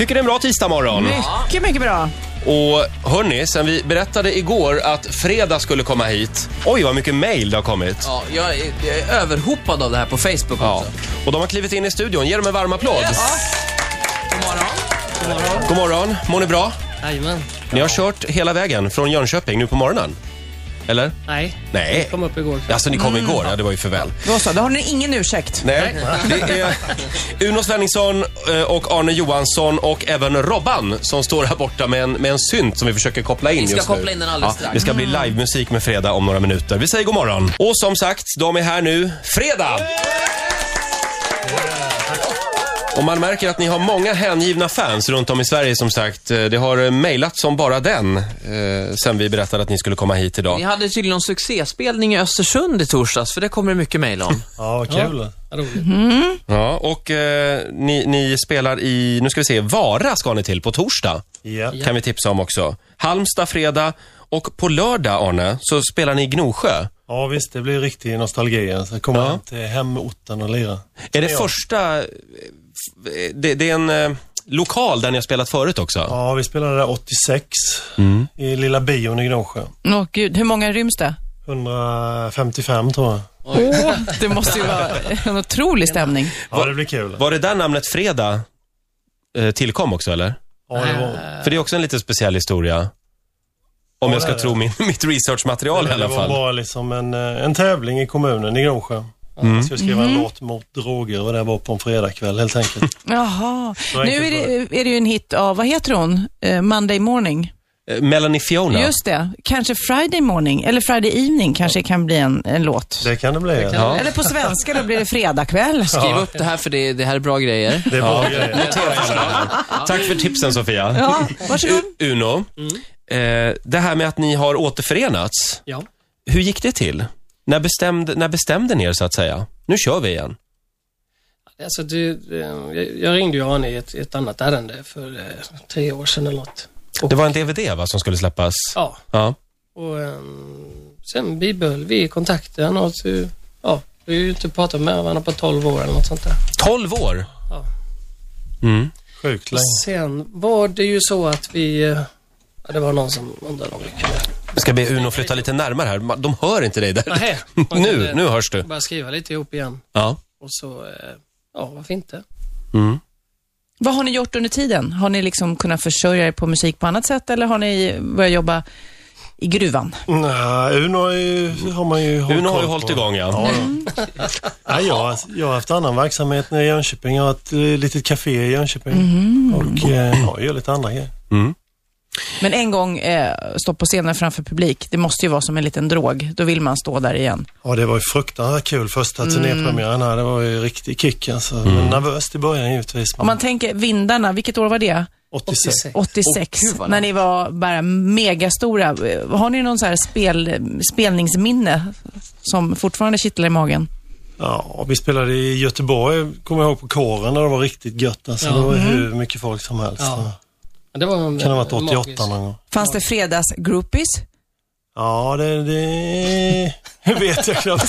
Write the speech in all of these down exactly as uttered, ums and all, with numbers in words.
Tycker det är en bra tisdagmorgon. Mycket, mycket bra. Och hörni, sen vi berättade igår att fredag skulle komma hit. Oj, vad mycket mejl det har kommit. Ja, jag är, jag är överhoppad av det här på Facebook Ja. också. Och de har klivit in i studion. Ge dem en varm applåd. Yes. God morgon. God morgon. God morgon. Mår ni bra? Jajamän. Ni har kört hela vägen från Jönköping nu på morgonen. Eller? Nej. Nej. Jag kom upp igår. Alltså ni kom igår, ja det var ju för väl. Då så, då har ni ingen ursäkt. Nej, det är Uno Svenningsson och Arne Johansson och även Robban som står här borta med en, med en synt som vi försöker koppla in Vi ska just nu. koppla in den alldeles strax. Det ska bli livemusik med fredag om några minuter. Vi säger god morgon. Och som sagt, de är här nu. Fredag! Och man märker att ni har många hängivna fans runt om i Sverige som sagt. Det har mejlat som bara den eh, sen vi berättade att ni skulle komma hit idag. Ni hade tydligen någon succéspelning i Östersund i torsdags, för det kommer det mycket mejl om. Ja, vad kul. Ja, roligt. Mm. Ja, och eh, ni, ni spelar i, nu ska vi se, Vara ska ni till på torsdag. Ja. Kan vi tipsa om också. Halmstad fredag och på lördag, Arne, så spelar ni i Gnosjö. Ja, visst, det blir riktig nostalgi. Så kommer Ja. hem till hemorten och lira. Är det Ja. första, det, det är en eh, lokal där ni har spelat förut också? Ja, vi spelade där åttiosex Mm. i lilla bion i Gnosjö. Åh gud, hur många ryms det? hundrafemtiofem tror jag. Åh, det måste ju vara en otrolig stämning. Ja, det blir kul. Var det där namnet fredag eh, tillkom också, eller? Ja, det var, För det är också en lite speciell historia. Om Ja, jag ska det är tro det. min, mitt researchmaterial i det alla var fall. bara liksom en, eh, en tävling i kommunen i Gnosjö. Mm. Jag skulle skriva en låt mot droger och det var på en fredagkväll helt enkelt. Jaha, Så nu enkelt är det, är det ju en hit av, vad heter hon? Eh, Monday Morning. Eh, Melanie Fiona. Just det, kanske Friday Morning, eller Friday Evening kanske kan bli en, en låt. Det kan det bli. kan Ja. Eller på svenska då blir det fredagkväll. Skriv upp det här, för det, det här är bra grejer. Det är bra grejer. Notera gärna det. Tack för tipsen, Sofia. Ja, varsågod. U- Uno, eh, det här med att ni har återförenats, Ja. hur gick det till? När bestämde, när bestämde ni er så att säga? Nu kör vi igen. Alltså, du, eh, jag- jag ringde ju Arne i ett, ett annat ärende för eh, tre år sedan eller något. Och, Det var en D V D va, som skulle släppas? Ja, Ja. och eh, sen bibehöll vi kontakten och så, ja, vi har ju inte pratat med varandra på tolv år eller något sånt där. tolv år? Ja. Mm. Sjukt länge. Sen var det ju så att vi, eh, ja, det var någon som undrade om vi kunde... Jag ska be Uno flytta lite närmare här. Ma- De hör inte dig där. Nähä, man Nu, kunde nu hörs du. bara skriva lite ihop igen. Ja. Och så, eh, ja, varför inte? Mm. Vad har ni gjort under tiden? Har ni liksom kunnat försörja er på musik på annat sätt eller har ni börjat jobba i gruvan? Nej, Uno är ju, har man ju hållit Uno har ju koll hållit på. igång, ja. Ja, ja. Nej, jag, har- jag har haft annan verksamhet nere i Jönköping. Jag har ett eh, litet café i Jönköping. Och eh, ja, jag gör lite andra grejer. Mm. Men en gång eh, stå på scenen framför publik, det måste ju vara som en liten drog. Då vill man stå där igen. Ja, det var ju fruktansvärt kul första turnépremiären här. Det var ju riktig kick alltså. Men nervöst i början givetvis. Om man tänker Vindarna, vilket år var det? åttiosex. åttiosex, Åh, gud, vad när ni var bara megastora. Har ni någon så här spel, spelningsminne som fortfarande kittlar i magen? Ja, vi spelade i Göteborg, kommer jag ihåg, på kåren där det var riktigt gött. Alltså, Ja. det var hur mycket folk som helst. Ja. Men det var en, Kan det ha varit magisk. åttioåtta någon gång? Fanns det fredagsgroupies? Ja, det, det vet jag knappt.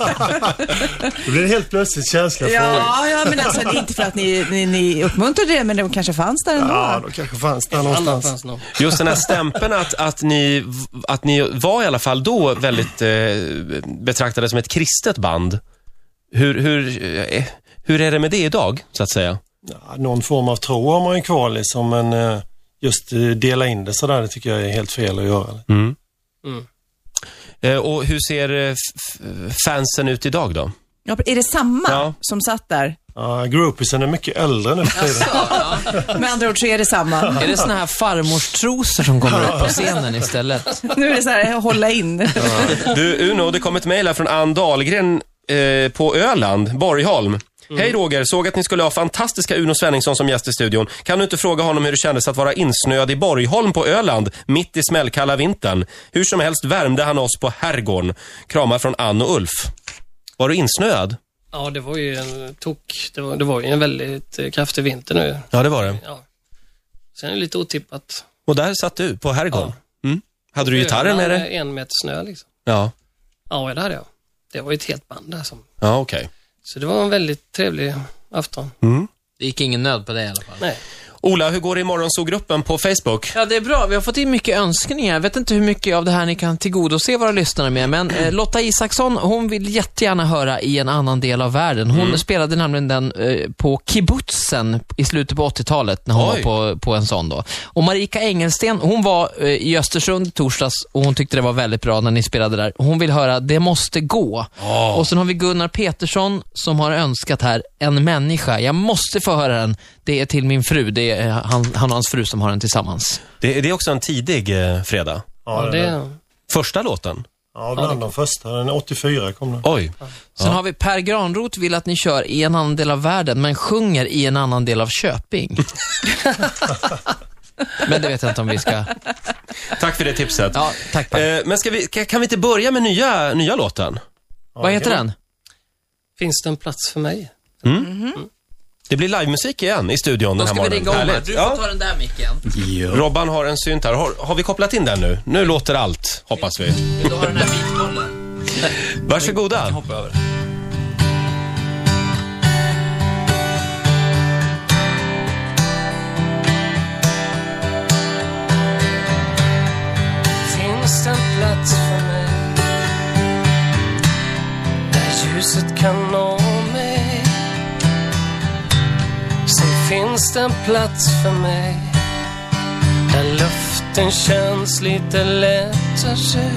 Det blir helt plötsligt känsla för Ja, ja, men alltså det är inte för att ni, ni, ni uppmuntrade det, men det kanske fanns där ändå. Ja, då kanske fanns det Alla någonstans. fanns nog. Just den här stämpeln att, att, ni, att ni var i alla fall då väldigt eh, betraktade som ett kristet band. Hur, hur, eh, hur är det med det idag, så att säga? Ja, någon form av tro har man ju kvar liksom, men eh, just eh, dela in det sådär, det tycker jag är helt fel att göra. Mm. Mm. Eh, och hur ser eh, f- fansen ut idag då? Ja, är det samma Ja. som satt där? Ja, groupiesen är mycket äldre nu för tiden. Med andra ord så är det samma. Är det såna här farmorstrosor som kommer upp på scenen istället? Nu är det så här, hålla in. Du Uno, det kom ett mejl här från Ann Dahlgren eh, på Öland, Borgholm. Hej Roger, såg att ni skulle ha fantastiska Uno Svenningsson som gäst i studion. Kan du inte fråga honom hur det kändes att vara insnöad i Borgholm på Öland mitt i smällkalla vintern? Hur som helst värmde han oss på herrgården. Kramar från Ann och Ulf. Var du insnöad? Ja, det var ju en tok. Det var, det var ju en väldigt eh, kraftig vinter nu. Ja, det var det. Ja. Sen är det lite otippat. Och där satt du på herrgården. Mm. Hade du gitarren med dig? En meter snö liksom. Ja, Ja, det hade jag. Det var ju ett helt band där som... ja okej. Så det var en väldigt trevlig afton. Mm. Det gick ingen nöd på det i alla fall. Nej. Ola, hur går det i morgonsågruppen på Facebook? Ja, det är bra. Vi har fått in mycket önskningar. Jag vet inte hur mycket av det här ni kan tillgodose våra lyssnare med, men eh, Lotta Isaksson, hon vill jättegärna höra I en annan del av världen. Hon mm. spelade nämligen den eh, på kibbutzen i slutet på åttiotalet när hon Oj. var på, på en sån då. Och Marika Engelsten, hon var eh, i Östersund torsdags och hon tyckte det var väldigt bra när ni spelade där. Hon vill höra Det måste gå. Oh. Och sen har vi Gunnar Petersson som har önskat här En människa. Jag måste få höra den. Det är till min fru. Det är han, han och hans fru som har den tillsammans. Det, det är också en tidig eh, fredag. Ja, det är... Första låten? Ja, bland ja, det... de första. Den åttiofyra kom den. Oj. Ja. Sen ja. har vi Per Granroth vill att ni kör I en annan del av världen, men sjunger I en annan del av Köping. Men det vet jag inte om vi ska... Tack för det tipset. Ja, tack Per. Eh, men ska vi, kan vi inte börja med nya, nya låten? Ja, vad heter den? Finns det en plats för mig? Mm. Mm. Det blir livemusik igen i studion Då den här morgonen. Då ska vi ringa om. Du får ja. ta den där micken. Ja. Robban har en synt här. Har, har vi kopplat in den nu? Nu låter allt, hoppas vi. Vill du ha den här bitbollen? Varsågoda. Jag hoppar över. Finns det en plats för mig där ljuset kan nå mig? Säg, finns det en plats för mig där luften känns lite lättare?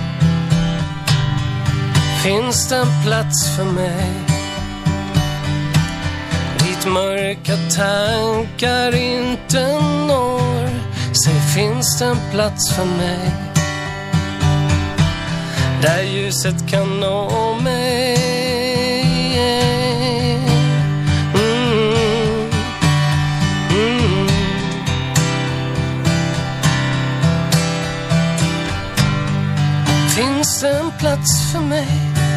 Finns det en plats för mig dit mörka tankar inte når? Säg, finns det en plats för mig där ljuset kan nå mig? Mm. Mm. Finns det en plats för mig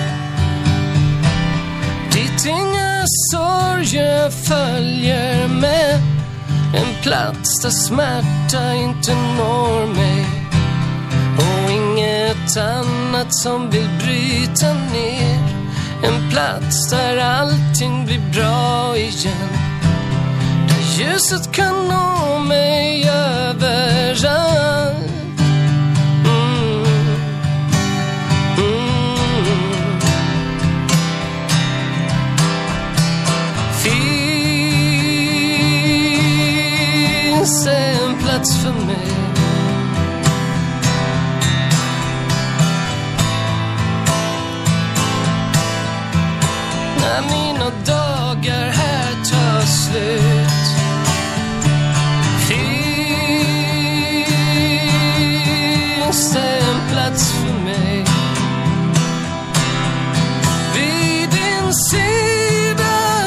dit inga sorger följer med? En plats där smärta inte når mig och inget annat som vill bryta ner. En plats där allting blir bra igen, där ljuset kan nå mig överallt. Mm. Mm. Finns det en plats för mig när mina dagar här tar slut? Finns det en plats för mig vid din sida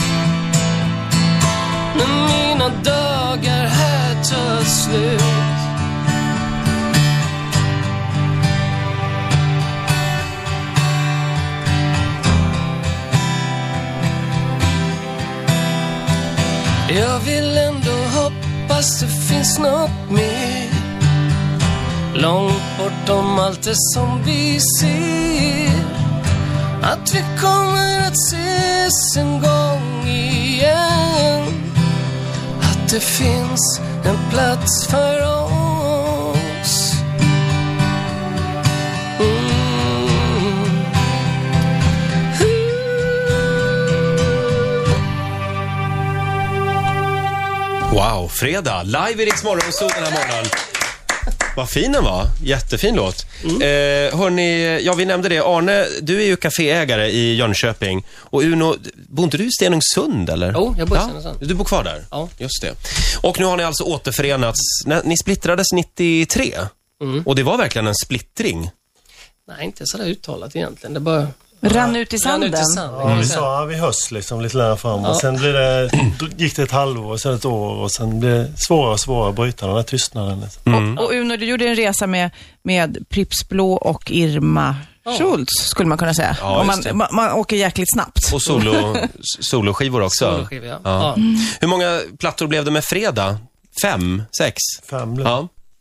när mina dagar här tar slut? Jag vill ändå hoppas det finns något mer långt bortom allt det som vi ser, att vi kommer att ses en gång igen, att det finns en plats för oss. Mm. Wow, fredag. Live i Rix Morgonzoo den här morgonen. Vad fin den var. Jättefin låt. Mm. Eh, hörni, ja vi nämnde det. Arne, du är ju kaféägare i Jönköping. Och Uno, bor inte du i Stenungsund eller? Jo, jag bor i ja, Stenungsund. Du bor kvar där? Ja. Just det. Och nu har ni alltså återförenats. Ni splittrades nittiotre. Mm. Och det var verkligen en splittring. Nej, inte så där uttalat egentligen. Det bara... Rann ut i sanden. Rann ut i sanden. Ja, vi sa ja, vi hörs liksom lite längre fram. Ja. Och sen blev det, gick det ett halvår, sen ett år och sen blev det svårare och svårare att bryta den här tystnaden. Liksom. Mm. Och, och Uno, du gjorde en resa med, med Pripps Blå och Irma ja. Schultz, skulle man kunna säga. Ja, och man, man, man åker jäkligt snabbt. Och solo, soloskivor också. Soloskivor, ja. Ja. Ja. Mm. Hur många plattor blev det med fredag? Fem? Sex? Fem. Ja.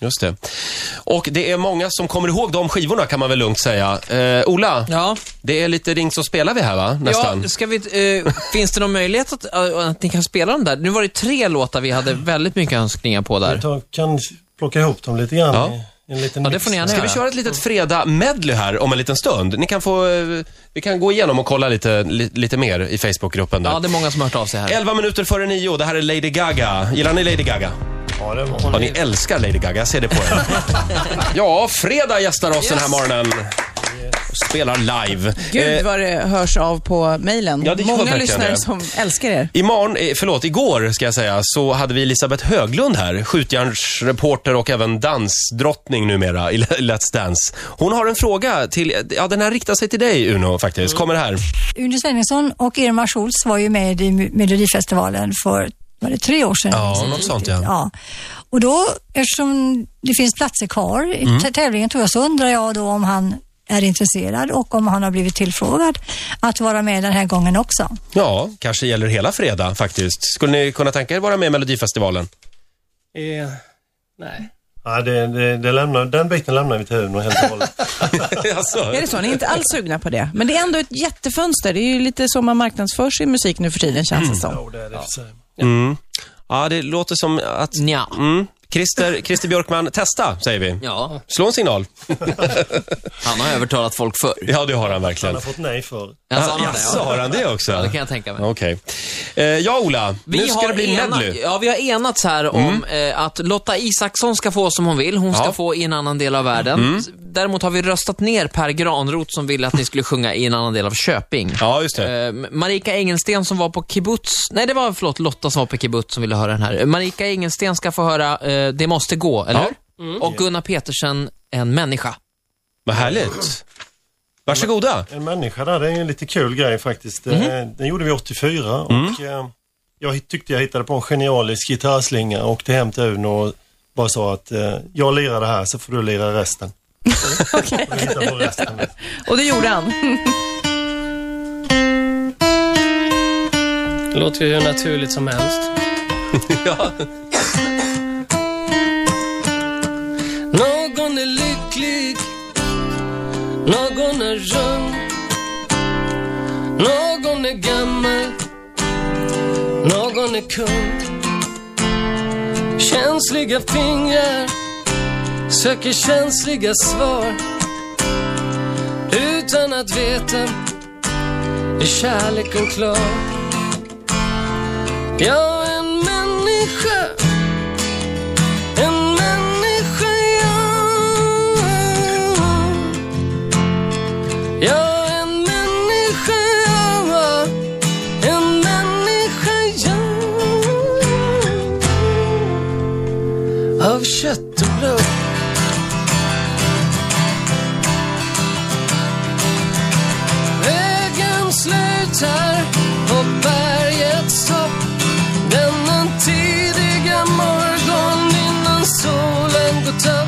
Just det. Och det är många som kommer ihåg de skivorna, kan man väl lugnt säga. Eh, Ola, Ja. det är lite ring så spelar vi här, va? Nästan. Ja, ska vi, eh, finns det någon möjlighet att, att ni kan spela dem där? Nu var det tre låtar vi hade väldigt mycket önskningar på där. Jag kan plocka ihop dem lite grann. Ja. i En liten Ja, det mix. får ni gärna Ska göra. vi köra ett litet fredag medley här om en liten stund? Ni kan få, eh, vi kan gå igenom och kolla lite, li, lite mer i Facebookgruppen där. Ja, det är många som har hört av sig här. elva minuter före nio, det här är Lady Gaga. Gillar ni Lady Gaga? Ja, det var Ja, ni älskar Lady Gaga, jag ser det på er. Ja, fredag gästar oss den här morgonen. Och spelar live. Gud Eh, vad det hörs av på mejlen. Ja, det gör Många verkligen lyssnare det. som älskar er. Imorgon, eh, förlåt, igår ska jag säga, så hade vi Elisabeth Höglund här, skjutjärnsreporter och även dansdrottning numera i Let's Dance. Hon har en fråga till, ja, den här riktar sig till dig, Uno, faktiskt. Kommer här. Uno Svenningsson och Irma Schultz var ju med i Melodifestivalen för var det tre år sedan. Ja, något sånt, ja. ja. Och då, eftersom det finns platser kvar i Mm. tävlingen tror jag, så undrar jag då om han är intresserad och om han har blivit tillfrågad att vara med den här gången också. Ja, kanske gäller hela fredag faktiskt. Skulle ni kunna tänka er vara med i Melodifestivalen? Eh, nej. Ja, det, det, det lämnar, den biten lämnar vi till Uno helt och hållet. alltså. Är det så? Ni är inte alls sugna på det. Men det är ändå ett jättefönster. Det är ju lite som man marknadsför sin musik nu för tiden, känns det som. Ja, det är det för sig. Mm. Ja, det låter som att... Nja. Mm. Christer, Christer Björkman, testa, säger vi. Ja, Slå en signal. han har övertalat folk förr. Ja, det har han Han verkligen. har fått nej för. Jag sa Ja, det, så har han det också. Ja, det kan jag tänka mig. Okej. Eh, ja, Ola. nu ska det bli ena- medley. Ja, vi har enats här om eh, att Lotta Isaksson ska få som hon vill. Hon ska Ja. få i en annan del av världen. Däremot har vi röstat ner Per Granroth som ville att ni skulle sjunga i en annan del av Köping. Ja, just det. Eh, Marika Engelsten som var på kibbutz. Nej, det var, förlåt, Lotta som var på kibbutz som ville höra den här. Eh, Marika Engelsten ska få höra eh, Det måste gå, eller Ja. hur? Och Gunnar Petersen, En människa. Vad härligt. Varsågoda. En människa där, det är en lite kul grej faktiskt. Mm. Den gjorde vi åttiofyra och eh, jag tyckte jag hittade på en genialisk gitarrslinga och åkte hem till Uno och bara sa att eh, jag lirar det här så får du lira resten. Okej. Okay. på resten. Och det gjorde han. Det låter ju hur naturligt som helst. Ja. Någon är lycklig, någon är rund, någon är gammal, någon är kund. Känsliga fingrar söker känsliga svar. Utan att veta är kärleken klar. Jag är en människa, en människa, jag. Jag är en människa, jag. En människa, jag. Av kött och blod. Vägen slutar på bergets topp. Denna tidiga morgon innan solen gått upp.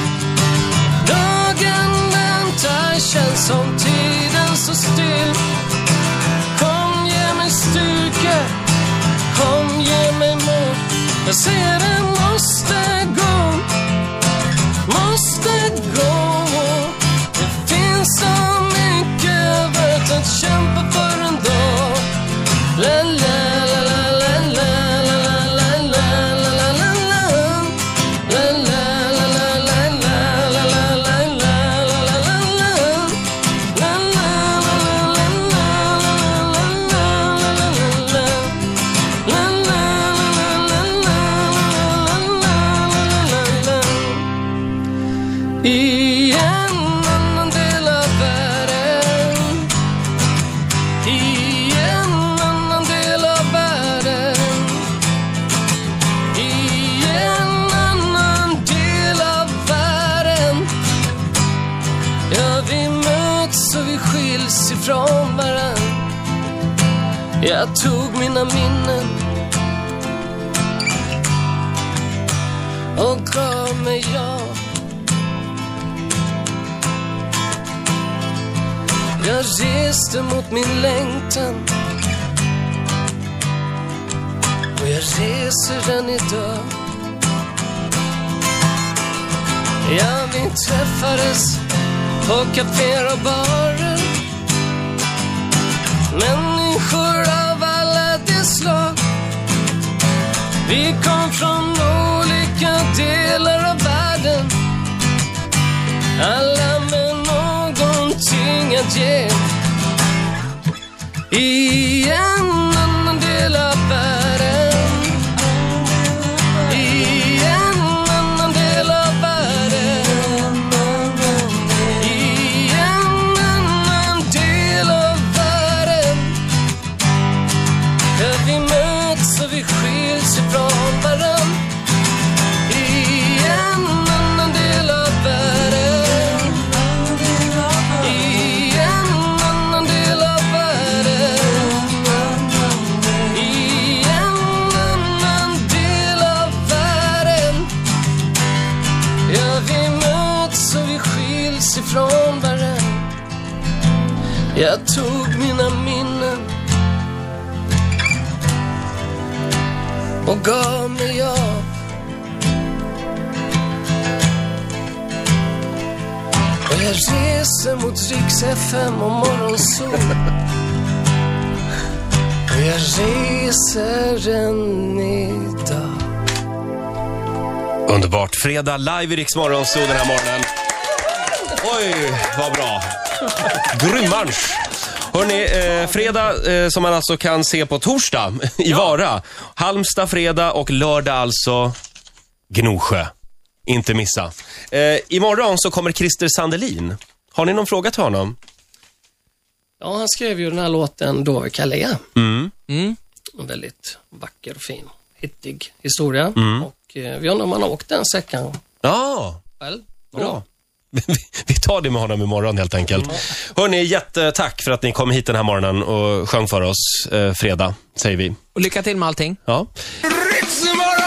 Dagen väntar, känns som tiden så still. Kom, ge mig styrka, kom, ge mig mod. Jag ser det måste gå, måste gå. Det finns så mycket värt att kämpa för en dag. La la la la la la la la la la la la. La la la la la la la la la la la la la. La la la la la la la la la. La la la la la la la. I en annan del av världen, i en annan del av världen, i en annan del av världen. Ja, vi möts och vi skiljs ifrån varann. Jag tog mina minnen och gav mig jag. Jag reste mot min längtan och jag reser än idag. Ja, vi träffades på kaféer och barer. Människor av alla de slag. Vi kom från olika delar av världen. Alla med någonting att ge. I en annan del av världen. I en annan del av världen. I en annan del av världen. Där vi möts och vi skiljs ifrån varann. I en annan del av världen. I en annan del av världen. I en annan del av världen. Ja, vi möts och vi skiljs ifrån varann. Jag tog mina minnen och gav mig av. Och jag reser mot Riks F M och morgonsol. Och jag reser än idag. Underbart. Fredag live i Riks Morgonzoo den här morgonen. Oj, vad bra. Grym marsch. Hörrni, eh, fredag eh, som man alltså kan se på torsdag i Vara. Halmstad fredag och lördag alltså Gnosjö. Inte missa. Eh, imorgon så kommer Christer Sandelin. Har ni någon fråga till honom? Ja, han skrev ju den här låten Dover Calais. Mm. Mm. En väldigt vacker och fin, hittig historia. Mm. Och eh, vi undrar om han har åkt den säcken Ja, själv. bra. Vi tar det med honom imorgon helt enkelt. Mm. Hörrni, jättetack för att ni kom hit den här morgonen och sjöng för oss eh, fredag, säger vi. Och lycka till med allting. Ja. Riks Morgonzoo!